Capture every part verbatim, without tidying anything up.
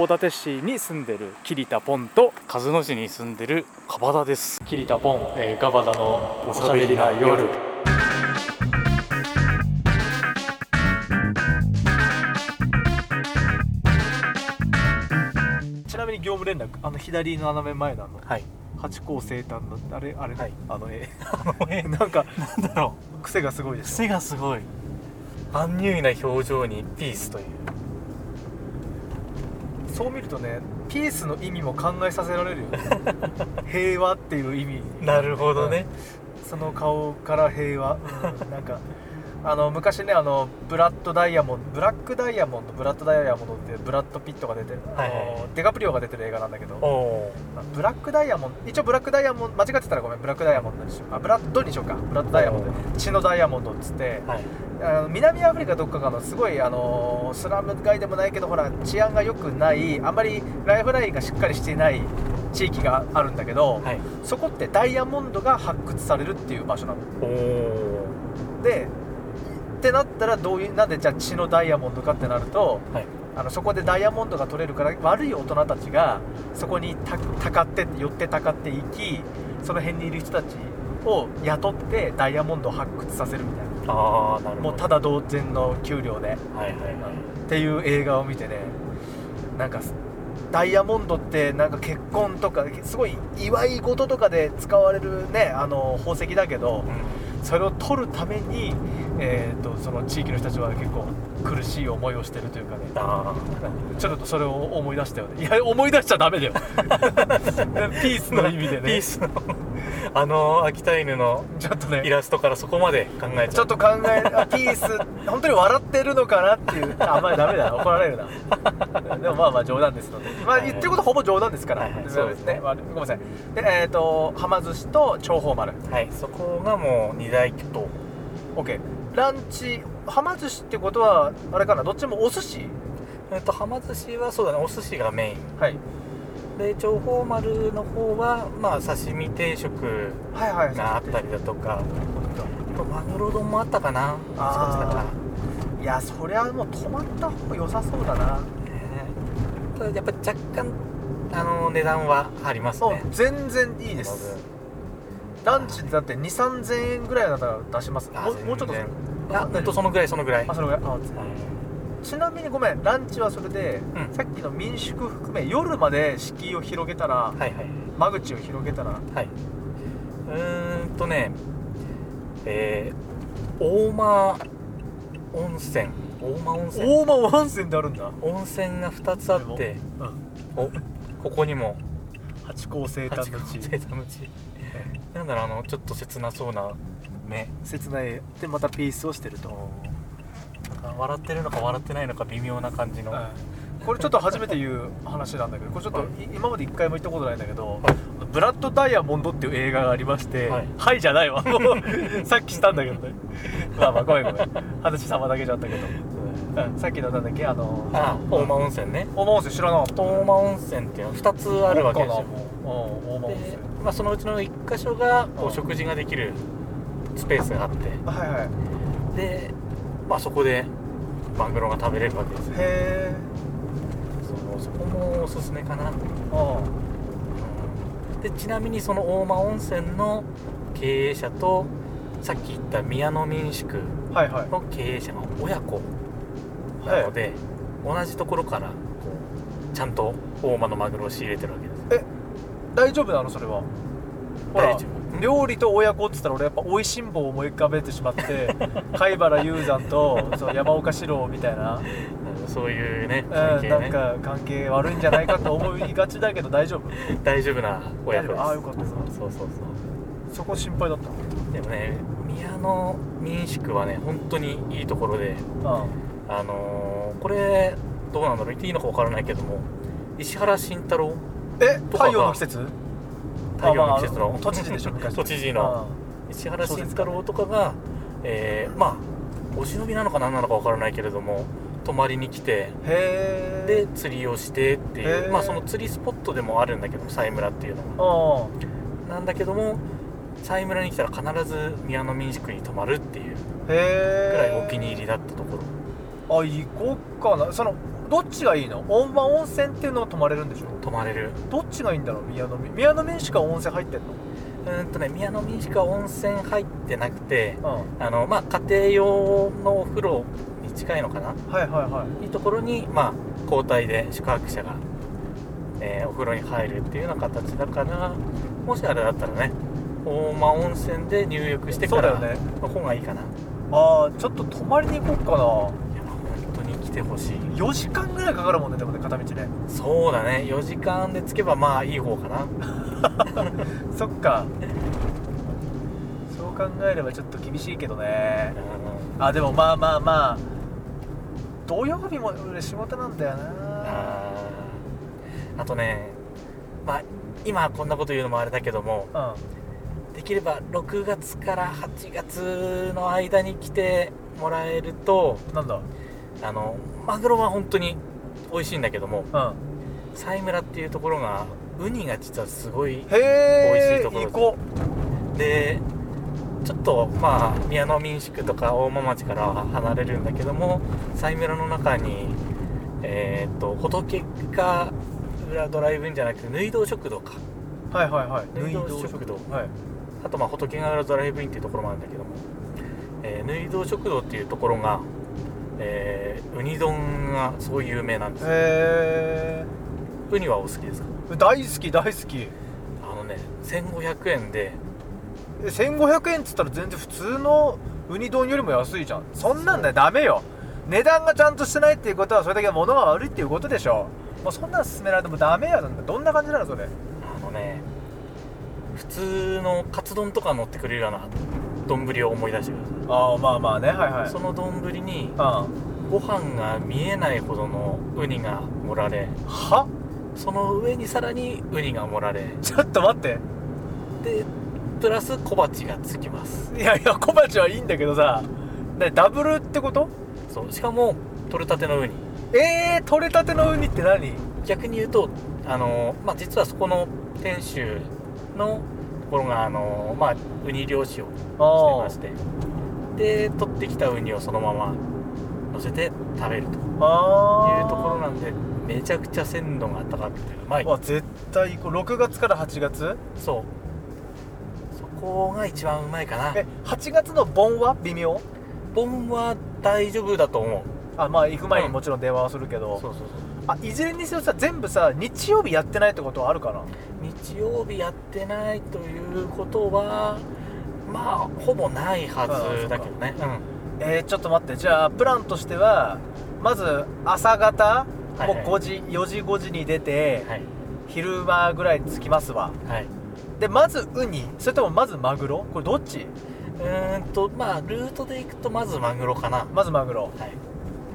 大館市に住んでる桐田ポンと鹿角市に住んでる樺田です。 桐田ポン、えー、ガバダのおしゃべりな夜。ちなみに業務連絡、あの左斜め前のあの、はい、八甲生誕のあれあれ、はい、あの絵あの絵なんかなんだろう、癖がすごいです。 癖がすごい。万入な表情にピースという。 そう見るとね、ピースの意味も考えさせられるよね平和っていう意味。 なるほどね、 うん、その顔から平和、うん、なんかあの昔ね、あのブラッドダイヤモンドブラックダイヤモンドブラッドダイヤモンドってブラッドピットが出てる、はいはいはい、あのデカプリオが出てる映画なんだけど、ブラックダイヤモンド、一応ブラックダイヤモンド間違ってたらごめん、ブラックダイヤモンドにしよう、あブラッドにしようか、ブラッドダイヤモンド、血のダイヤモンドっつって、はい、あの南アフリカどっかかのすごいあのスラム街でもないけど、ほら治安が良くない、あんまりライフラインがしっかりしていない地域があるんだけど、はい、そこってダイヤモンドが発掘されるっていう場所なの。おでってなったら、どういう、なんでじゃあ血のダイヤモンドかってなると、はい、あのそこでダイヤモンドが取れるから、悪い大人たちがそこにたたかって寄ってたかっていき、その辺にいる人たちを雇ってダイヤモンドを発掘させるみたいな。あー、なるほど。もうただ同然の給料で、はいはいはい、っていう映画を見てね、なんかダイヤモンドってなんか結婚とかすごい祝い事とかで使われるね、あの宝石だけど、うん、それを取るために、えー、とその地域の人たちは結構苦しい思いをしてるというかね。あちょっとそれを思い出したよね。いや思い出しちゃダメだよピースの意味でね。 ピースのあの秋田犬のちょっとねイラストからそこまで考えちゃう。 ちょっと考えピース本当に笑ってるのかなっていう。あんまりダメだな、怒られるなでもまあまあ冗談ですので、まあ言ってることほぼ冗談ですから、はいはい、そうですね、ごめんなさい。でえっ、ー、とはま寿司と長宝丸、 はい、そこがもう二大巨頭。 OK。ランチはま寿司ってことはあれかな、どっちもお寿司。 えっとはま寿司はそうだね、お寿司がメイン、はい、で長宝丸の方はまあ刺身定食があったりだとか、はいはい、あとマグロ丼もあったかな。あいやそりゃもう泊まった方が良さそうだな、ね、 ただやっぱり若干あの値段はありますね。 全然いいです。ランチだってにさんぜんえんぐらいだったら出します。もう、もうちょっと。 いや、ほんとそのぐらいそのぐらい。 あ、そのぐらい。あ、ちなみにごめん、ランチはそれで、うん、さっきの民宿含め夜まで敷居を広げたら、はいはい、間口を広げたら、はい、 うーんとね、えー、大間温泉、大間温泉、 大間温泉であるんだ。 温泉がふたつあって、うん、お、ここにも八甲生誕の地。 なんだろう、あのちょっと切なそうな目、 切ないでまたピースをしてると、 なんか笑ってるのか笑ってないのか微妙な感じの、うん、 これちょっと初めて言う話なんだけど、これちょっと、はい、今まで一回も言ったことないんだけど、はい、ブラッドダイヤモンドっていう映画がありまして、はい、はいじゃないわさっきしたんだけどねまあまあごめんごめん、話様だけじゃったけど、うん、さっきのなんだっけ、あのあ大間温泉ね。 大間温泉知らなかった。 大間温泉っていうのはふたつあるわけですよ。 大間温泉、 まあ、そのうちのいっか所がこう食事ができるスペースがあって、はいはい、で、まあ、そこでマグロが食べれるわけです。へえ。そこもおすすめかな。ああ、うん、でちなみにその大間温泉の経営者とさっき言った宮野民宿の経営者の親子なので、はいはい、同じところからこうちゃんと大間のマグロを仕入れてるわけです。 え、大丈夫なのそれは。大丈夫。料理と親子って言ったら俺やっぱ美味しんぼを思い浮かべてしまって貝原雄山とその山岡四郎みたいなそういうね関係ね、 なんか関係悪いんじゃないかと思いがちだけど大丈夫大丈夫な親子です。 ああよかった。そうそうそう、 そこ心配だった。 でもね、宮野民宿はね本当にいいところで、ああ、あのー、これどうなんだろう、言っていいのか分からないけども、石原慎太郎え太陽の季節太陽の季節の都知事でしょ昔都知事の石原慎太郎とかが、えー、まあお忍びなのか何なのか分からないけれども泊まりに来て、へで釣りをしてっていう、まあその釣りスポットでもあるんだけども、佐井村っていうのがなんだけども、佐井村に来たら必ず宮野民宿に泊まるっていうぐらいお気に入りだったところ。 あ、行こうかな。そのどっちがいいの？大間温泉っていうのは泊まれるんでしょ？ 泊まれる。 どっちがいいんだろう？宮の宮の民しか温泉入ってんの？ うーんとね宮の民しか温泉入ってなくて、 うん、 あのまあ家庭用のお風呂に近いのかな。 はいはいはいいいところにまあ交代で宿泊者が、えー、お風呂に入るっていうような形だから、もしあれだったらね大間温泉で入浴してからの方がいいかな。 ああ、ちょっと泊まりに行こうかな。 いや本当に来てほしい。 よじかんぐらいかかるもんね、でもね、片道ね。 そうだね、よじかんで着けばまあいい方かなそっか、そう考えればちょっと厳しいけどね、うん、あでもまあまあまあ土曜日も俺仕事なんだよな。 ああとね、まあ今こんなこと言うのもあれだけども、うん、できればろくがつからはちがつの間に来てもらえると、 なんだ、 あのマグロは本当に美味しいんだけども、 うん、 佐井村っていうところがウニが実はすごい美味しへいところ行こうで、ちょっとまあ宮の民宿とか大間町からは離れるんだけども、佐井村の中にえー、っと仏か裏ドライブインじゃなくて縫い堂食堂か、 はいはいはい、 縫い堂食堂、 はい、 あとまあ仏ヶ浦ドライブインっていうところもあるんだけども、えー、縫い堂食堂っていうところが、えー、ウニ丼がすごい有名なんですよ。 へーウニはお好きですか？ 大好き大好き。 あのねせんごひゃくえんで、 せんごひゃくえんっつったら全然普通のウニ丼よりも安いじゃん。そんなんだよダメよ。値段がちゃんとしてないっていうことはそれだけ物が悪いっていうことでしょ。もうそんなの勧められてもダメや。どんな感じなのそれ？ あのね普通のカツ丼とか乗ってくれるような丼を思い出してください。 ああまあまあね、はいはい。 その丼にご飯が見えないほどのウニが盛られ、 はその上にさらにウニが盛られ、 ちょっと待って、 でプラス小鉢がつきます。 いやいや小鉢はいいんだけどさ、ダブルってこと？ そう、しかも取れたてのウニ。 えー、取れたてのウニって何？ 逆に言うとあの、まあ、実はそこの店主のところがあの、まあ、ウニ漁師をしてまして、で取ってきたウニをそのまま乗せて食べるというところなんで、めちゃくちゃ鮮度が高くてうまい。 わ絶対こうろくがつからはちがつ？ そうそこが一番うまいかな。 えはちがつの盆は微妙？ 盆は大丈夫だと思う。 あまあ行く前にもちろん電話はするけど、うん、そうそうそう。あいずれにせよさ全部さ日曜日やってないってことはあるかな？ 日曜日やってないということはまあほぼないはずだけどね。うん、 えー、ちょっと待って、じゃあプランとしてはまず朝方、はいはい、もうごじよじごじに出て、はい、昼間ぐらいに着きますわ、はい、でまずウニそれともまずマグロ？これどっち？ うーんとまあルートで行くとまずマグロかな。 まずマグロ、はい、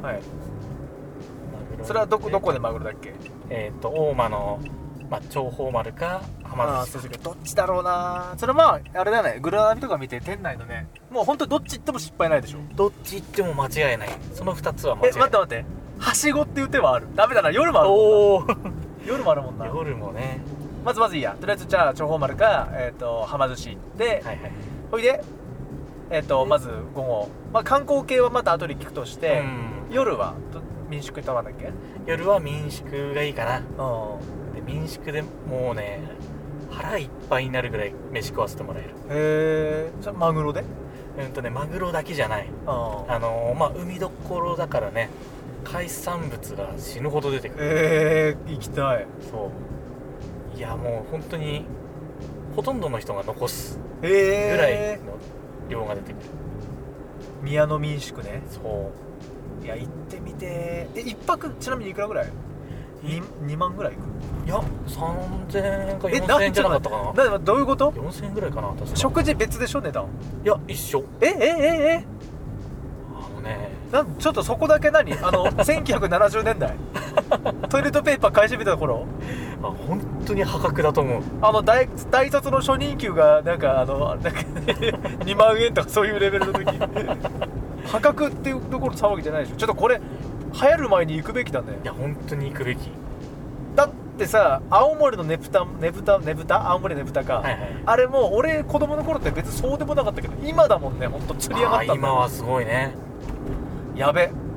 はい、 マグロ。 それはどこどこでマグロだっけ？ えっと大間の、まあ、長宝丸か浜寿司か。 どっちだろうな。それまああれだよね、グラナビとか見て店内のね、もう本当どっち行っても失敗ないでしょ。 どっち行っても間違いない。そのふたつは間違いない。 え待って待って、はしごっていう手はある？ダメだな、夜もあるもんな。お夜もあるもんな。 夜もね。 まずまずいいや、とりあえずじゃあ長宝丸か、えー、と浜寿司行って、はいはい、ほいでえっ、ー、とまず午後、まあ、観光系はまた後で聞くとして、うん、夜は民宿行ったんだっけ？ 夜は民宿がいいかな。うんで民宿でもうね腹いっぱいになるぐらい飯食わせてもらえる。 へえ。それマグロで？ うんとねマグロだけじゃない。ああのまあ海どころだからね、海産物が死ぬほど出てくる。 へえ、行きたい。 そういやもう本当にほとんどの人が残すぐらいの量が出てくる。 宮の民宿ね。 そういや行ってみて。え一泊ちなみにいくらぐらい？ 2, にまんぐらいいく？ いやさんぜんえんかよんせんえんじゃなかったかな。 だからどういうこと？ よんせんえんぐらいかな確か。 食事別でしょ値段？ いや一緒。 ええええあのねなんちょっとそこだけ何あのせんきゅうひゃくななじゅうねんだいトイレットペーパー買い占めた頃、 あ本当に破格だと思う。 あの 大, 大卒の初任給がなんかあのなんかにまんえんとかそういうレベルの時破格っていうところ騒ぎじゃないでしょ。ちょっとこれ流行る前に行くべきだね。 いや本当に行くべきだってさ、青森のねぷたねぷたねぷた青森ねぷたか、はいはい、あれもう俺子供の頃って別にそうでもなかったけど今だもんね。ほんと釣り上がったんだ。 今はすごいね。 やべ、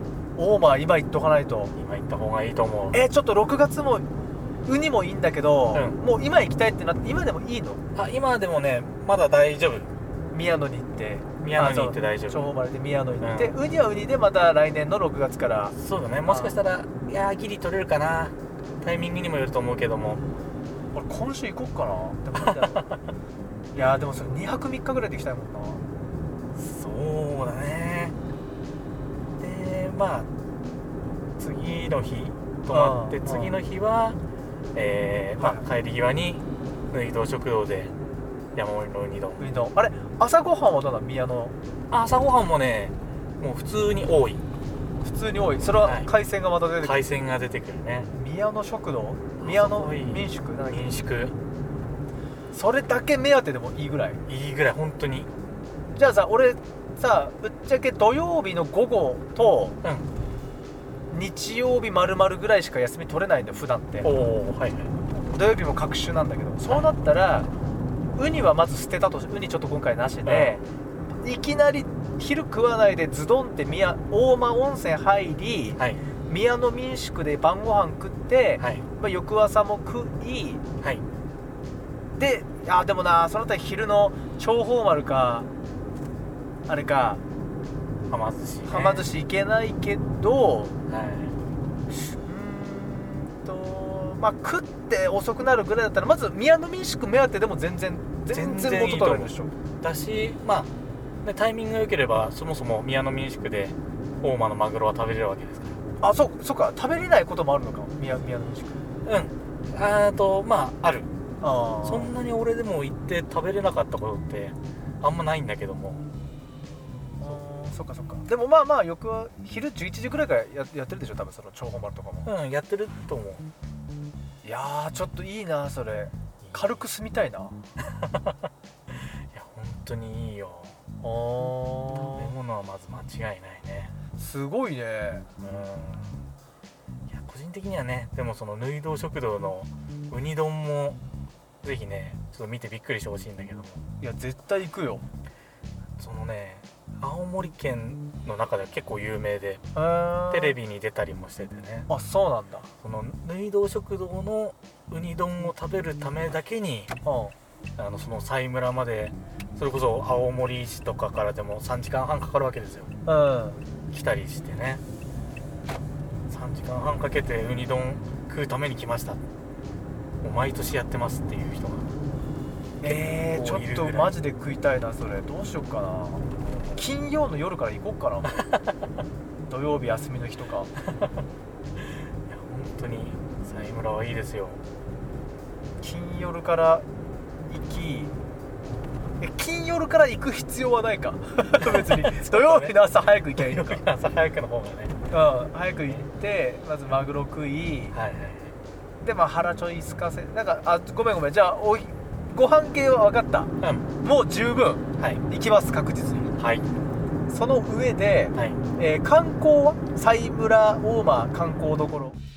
大間今行っとかないと。 今行った方がいいと思う。 えー、ちょっとろくがつもウニもいいんだけど、 うん、 もう今行きたいってなって今でもいいの？ あ、今でもねまだ大丈夫。 宮野に行って宮野に行って大丈夫。 長保丸で宮野に行って、うん、ウニはウニでまた来年のろくがつから。 そうだね、もしかしたらいやギリ取れるかな、タイミングにもよると思うけども。 俺今週行こっかな。でもいやでもそれにはくみっかぐらいで行きたいもんな。 そうだね。でまあ次の日泊まって次の日は、えーまあ、帰り際に縫い堂食堂で山盛りのウニ丼。 ウニ丼あれ朝ごはんはどうなの？宮の朝ごはんもねもう普通に多い。 普通に多い。それは海鮮がまた出てくる、 はい、海鮮が出てくるね。 宮の食堂、宮の民宿なんだっけ？ 民宿。 それだけ目当てでもいいぐらい。 いいぐらい本当に。 じゃあさ俺さぶっちゃけ土曜日の午後と、うん、日曜日丸々ぐらいしか休み取れないんだよ普段って。 おお、はいはい。 土曜日も隔週なんだけど、そうなったらウニはまず捨てたとして、ウニちょっと今回なしで、うん、いきなり昼食わないでズドンって宮大間温泉入り、はい、宮の民宿で晩ご飯食って、はい、まあ、翌朝も食い、はい、で、あでもなその他昼の長保丸かあれかはま寿司、ね、 はま寿司行けないけど、はい、うーんとまあ食って遅くなるぐらいだったらまず宮の民宿目当てでも全然全然元取れるでしょ。 だしまあでタイミングが良ければそもそも宮の民宿で大間のマグロは食べれるわけですから。あ、そそっか、食べれないこともあるのか宮宮の民宿。 うん、あとまあある。あそんなに俺でも行って食べれなかったことってあんまないんだけども。 あ、そっかそっか。でもまあまあ翌は昼じゅういちじぐらいから や, やってるでしょ多分その長保丸とかも。 うん、やってると思う。 いやーちょっといいなそれ。軽く住みたいな。いや本当にいいよ。食べ物はまず間違いないね。 すごいね。うん。いや個人的にはね、でもその縫い堂食堂のウニ丼もぜひねちょっと見てびっくりしてほしいんだけども。 いや絶対行くよ。 そのね青森県の中では結構有名でテレビに出たりもしててね。 あ、そうなんだ。 その縫い堂食堂のウニ丼を食べるためだけに、うん、あのその佐井村までそれこそ青森市とかからでもさんじかんはんかかるわけですよ、うん、来たりしてね。さんじかんはんかけてウニ丼食うために来ました、もう毎年やってますっていう人がえー、ちょっとマジで食いたいなそれ。どうしよっかな。金曜の夜から行こうかな。土曜日休みの日とか。いや本当に佐井村はいいですよ。 金夜から行き、え金夜から行く必要はないか。別に土曜日の朝早く行きゃいいのか。 土曜日の朝早くの方がね、 うん、早く行ってまずマグロ食い、はいはい、でまあ腹ちょいすかせなんか、あごめんごめん、じゃあおご飯系は分かった、うん、もう十分、はい、行きます確実に。はい。その上で、はい、えー、観光は佐井村大間観光どころ